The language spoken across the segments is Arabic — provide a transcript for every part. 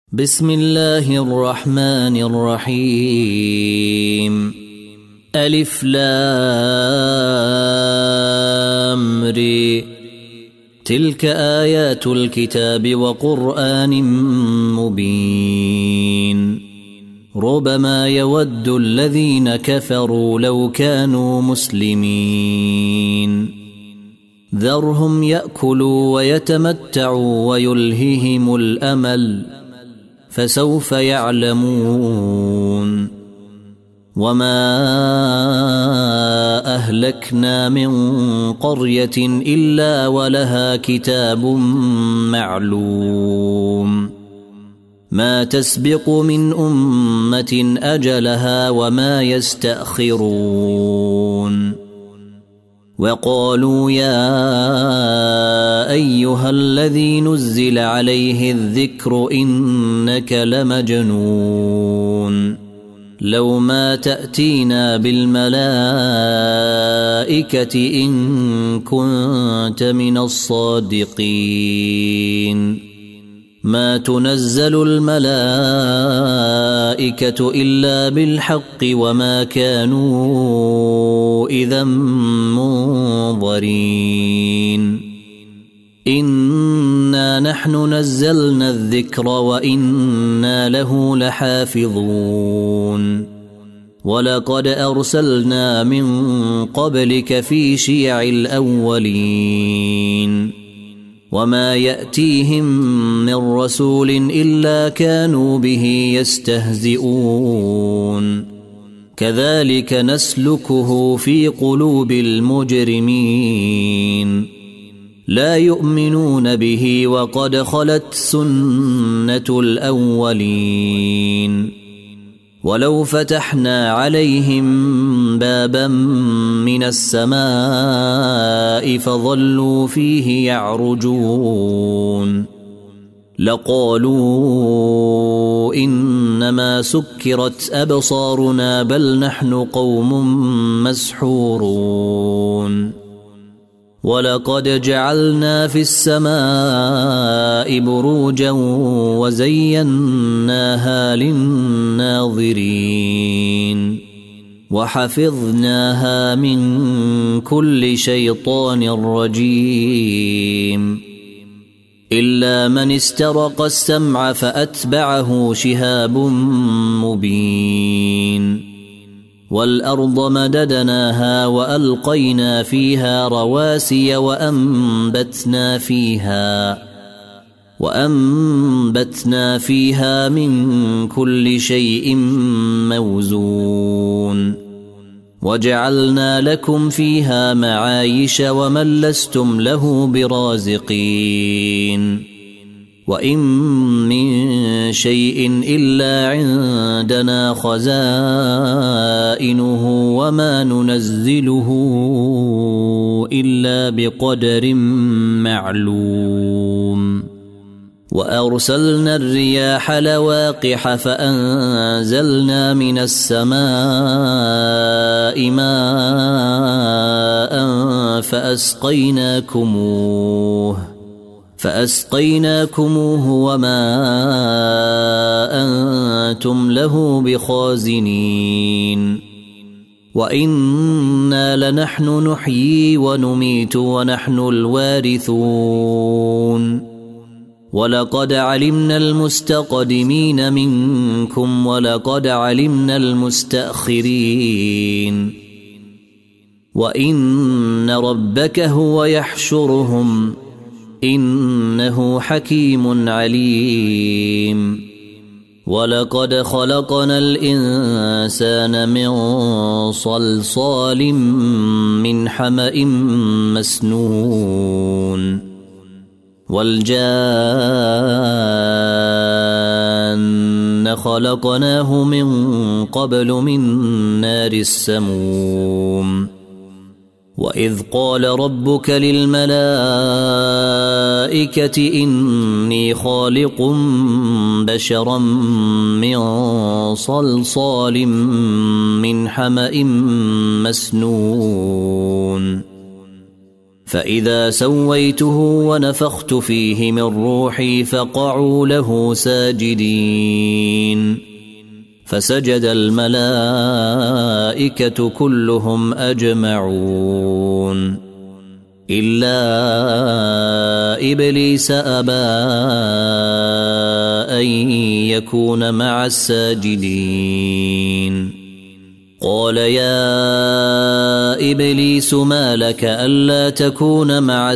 بسم الله الرحمن الرحيم. ألف لام ر. تلك آيات الكتاب وقرآن مبين. ربما يود الذين كفروا لو كانوا مسلمين. ذرهم يأكلوا ويتمتعوا ويلههم الأمل فسوف يعلمون. وما أهلكنا من قرية إلا ولها كتاب معلوم. ما تسبق من أمة أجلها وما يستأخرون. وقالوا يا أيها الذي نزل عليه الذكر إنك لمجنون. لو ما تأتينا بالملائكة إن كنت من الصادقين. ما تنزل الملائكة إلا بالحق وما كانوا إذا منظرين. إنا نحن نزلنا الذكر وإنا له لحافظون. ولقد أرسلنا من قبلك في شيع الأولين. وما يأتيهم من رسول إلا كانوا به يستهزئون. كذلك نسلكه في قلوب المجرمين. لا يؤمنون به وقد خلت سنة الأولين. ولو فتحنا عليهم بابا من السماء فظلوا فيه يعرجون لقالوا إنما سكرت أبصارنا بل نحن قوم مسحورون. ولقد جعلنا في السماء بروجا وزيناها للناظرين. وحفظناها من كل شيطان رجيم. إلا من استرق السمع فأتبعه شهاب مبين. والأرض مددناها وألقينا فيها رواسي وأنبتنا فيها من كل شيء موزون. وجعلنا لكم فيها معايش ومن لستم له برازقين. وإن من شيء إلا عندنا خزائنه وما ننزله إلا بقدر معلوم. وأرسلنا الرياح لواقح فأنزلنا من السماء ماء فأسقيناكموه وما أنتم له بخازنين. وإنا لنحن نحيي ونميت ونحن الوارثون. ولقد علمنا المستقدمين منكم ولقد علمنا المستأخرين. وإن ربك هو يحشرهم إنه حكيم عليم. ولقد خلقنا الإنسان من صلصال من حمأ مسنون. والجان خلقناه من قبل من نار السموم. وإذ قال ربك للملائكة إني خالق بشرا من صلصال من حمأ مسنون. فإذا سويته ونفخت فيه من روحي فقعوا له ساجدين فسجد الملائكة كلهم أجمعون إلا إبليس أبى أن يكون مع الساجدين قال يا إبليس ما لك ألا تكون مع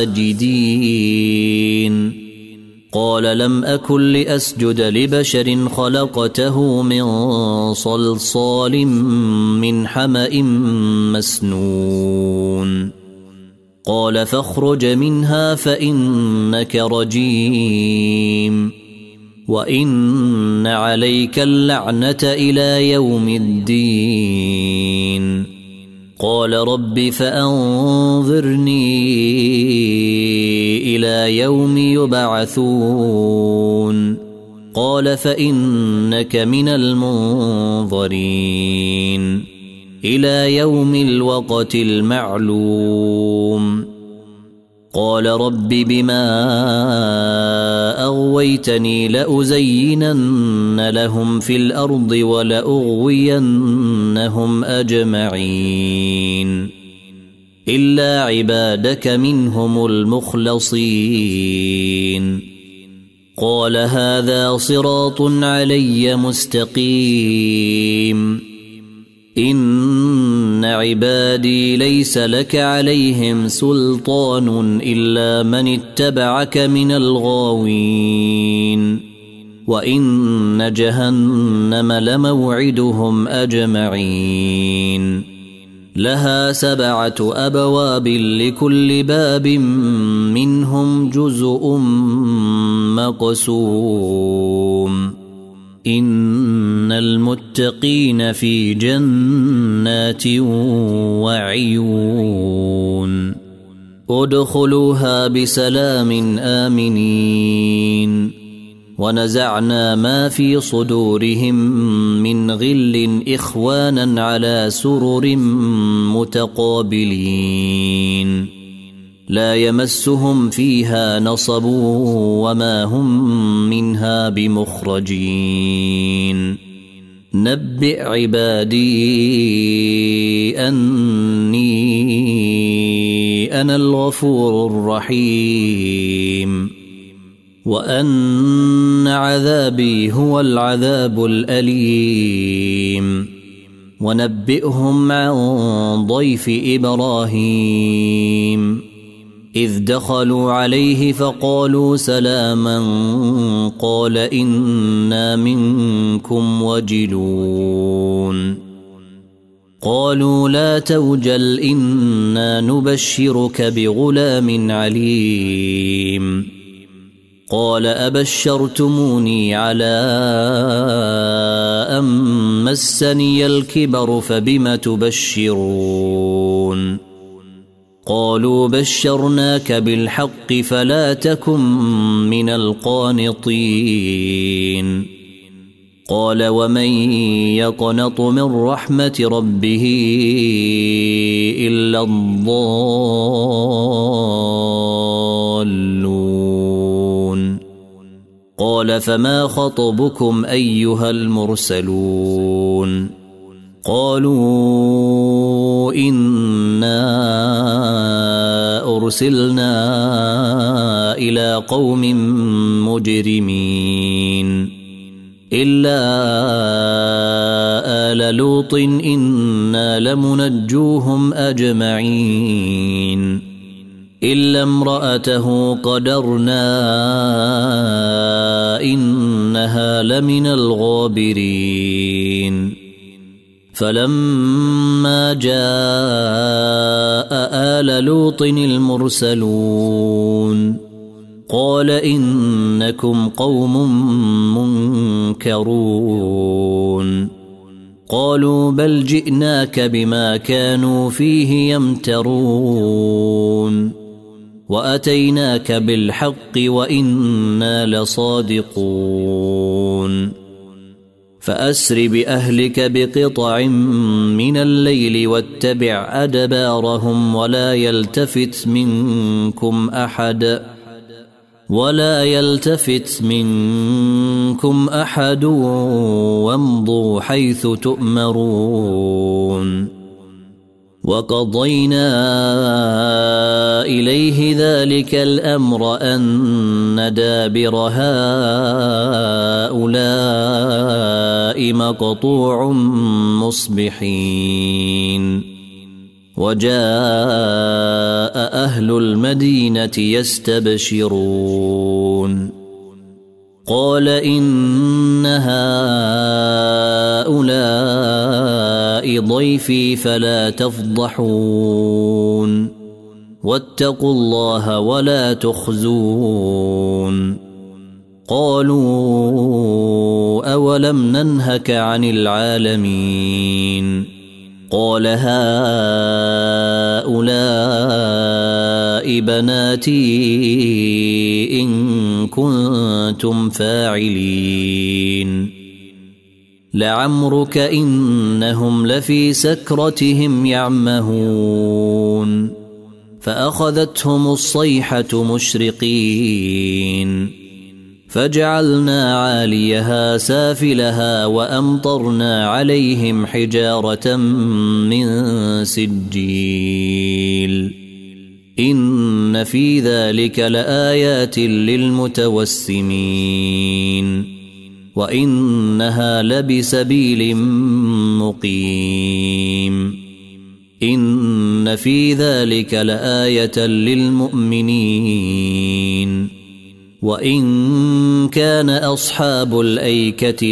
الساجدين قال لم أكن لأسجد لبشر خلقته من صلصال من حمأ مسنون قال فاخرج منها فإنك رجيم وإن عليك اللعنة إلى يوم الدين قال رب فأنظرني إلى يوم يبعثون قال فإنك من المنظرين إلى يوم الوقت المعلوم قال رب بما أغويتني لأزينن لهم في الأرض ولأغوينهم أجمعين إلا عبادك منهم المخلصين قال هذا صراط علي مستقيم إن عبادي ليس لك عليهم سلطان إلا من اتبعك من الغاوين وإن جهنم لموعدهم أجمعين لها 7 أبواب لكل باب منهم جزء مقسوم إن المتقين في جنات وعيون ادخلوها بسلام آمنين ونزعنا ما في صدورهم من غل إخوانا على سرر متقابلين لا يمسهم فيها نصب وما هم منها بمخرجين نبئ عبادي أني أنا الغفور الرحيم وأن عذابي هو العذاب الأليم ونبئهم عن ضيف إبراهيم إذ دخلوا عليه فقالوا سلاما قال إنا منكم وجلون قالوا لا توجل إنا نبشرك بغلام عليم قال أبشرتموني على أن مسني الكبر فبم تبشرون قالوا بشرناك بالحق فلا تكن من القانطين قال ومن يقنط من رحمة ربه إلا الضالون قال فما خطبكم أيها المرسلون قالوا إنا أرسلنا إلى قوم مجرمين إلا آل لوط إنا لمنجوهم أجمعين إلا امرأته قدرنا إنها لمن الغابرين فلما جاء آل لوط المرسلون قال إنكم قوم منكرون قالوا بل جئناك بما كانوا فيه يمترون وأتيناك بالحق وإنا لصادقون فأسر بأهلك بقطع من الليل واتبع أدبارهم ولا يلتفت منكم أحد وامضوا حيث تؤمرون وقضينا إليه ذلك الأمر أن دابر هؤلاء مقطوع مصبحين وجاء أهل المدينة يستبشرون قال إن هؤلاء ضيفي فلا تفضحون واتقوا الله ولا تخزون قالوا أولم ننهك عن العالمين قال هؤلاء بناتي إن كنتم فاعلين لعمرك إنهم لفي سكرتهم يعمهون فأخذتهم الصيحة مشرقين فجعلنا عاليها سافلها وأمطرنا عليهم حجارة من سجيل إن في ذلك لآيات للمتوسمين وإنها لبسبيل مقيم إن في ذلك لآية للمؤمنين وإن كان أصحاب الأيكة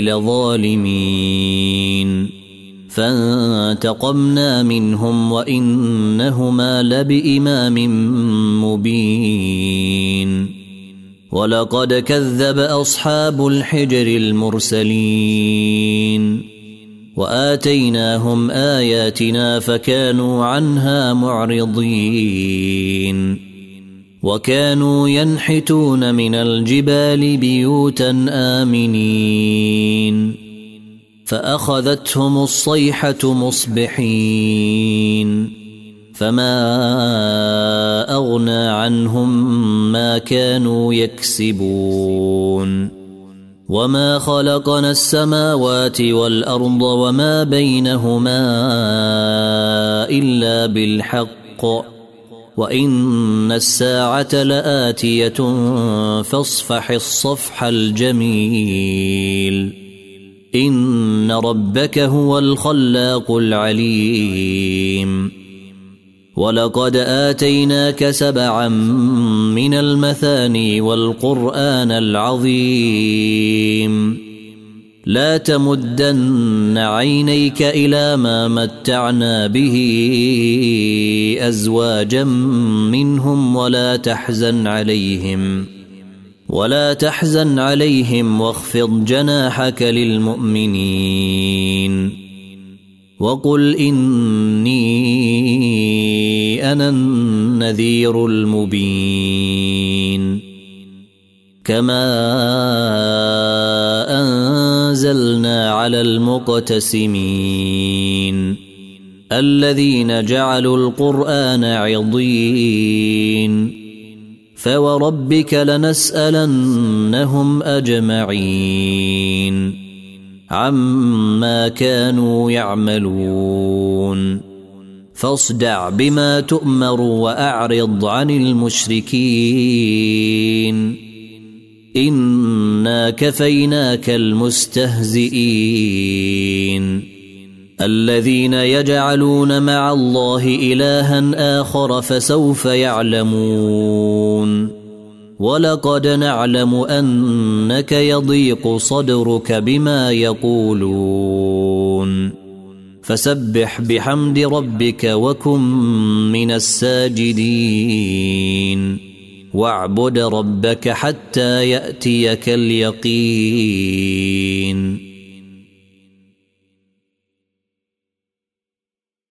لظالمين فانتقمنا منهم وإنهما لبإمام مبين ولقد كذب أصحاب الحجر المرسلين وآتيناهم آياتنا فكانوا عنها معرضين وكانوا ينحتون من الجبال بيوتا آمنين فأخذتهم الصيحة مصبحين فما أغنى عنهم ما كانوا يكسبون وما خلقنا السماوات والأرض وما بينهما إلا بالحق وإن الساعة لآتية فاصفح الصفح الجميل إن ربك هو الخلاق العليم ولقد آتيناك 7 من المثاني والقرآن العظيم لا تمدن عينيك إلى ما متعنا به أزواجا منهم ولا تحزن عليهم واخفض جناحك للمؤمنين وقل إني أنا النذير المبين كما أنزلنا على المقتسمين الذين جعلوا القرآن عضين فوربك لنسألنهم أجمعين عما كانوا يعملون فاصدع بما تؤمر وأعرض عن المشركين إنا كفيناك المستهزئين الذين يجعلون مع الله إلها آخر فسوف يعلمون ولقد نعلم أنك يضيق صدرك بما يقولون فسبح بحمد ربك وكن من الساجدين واعبد ربك حتى يأتيك اليقين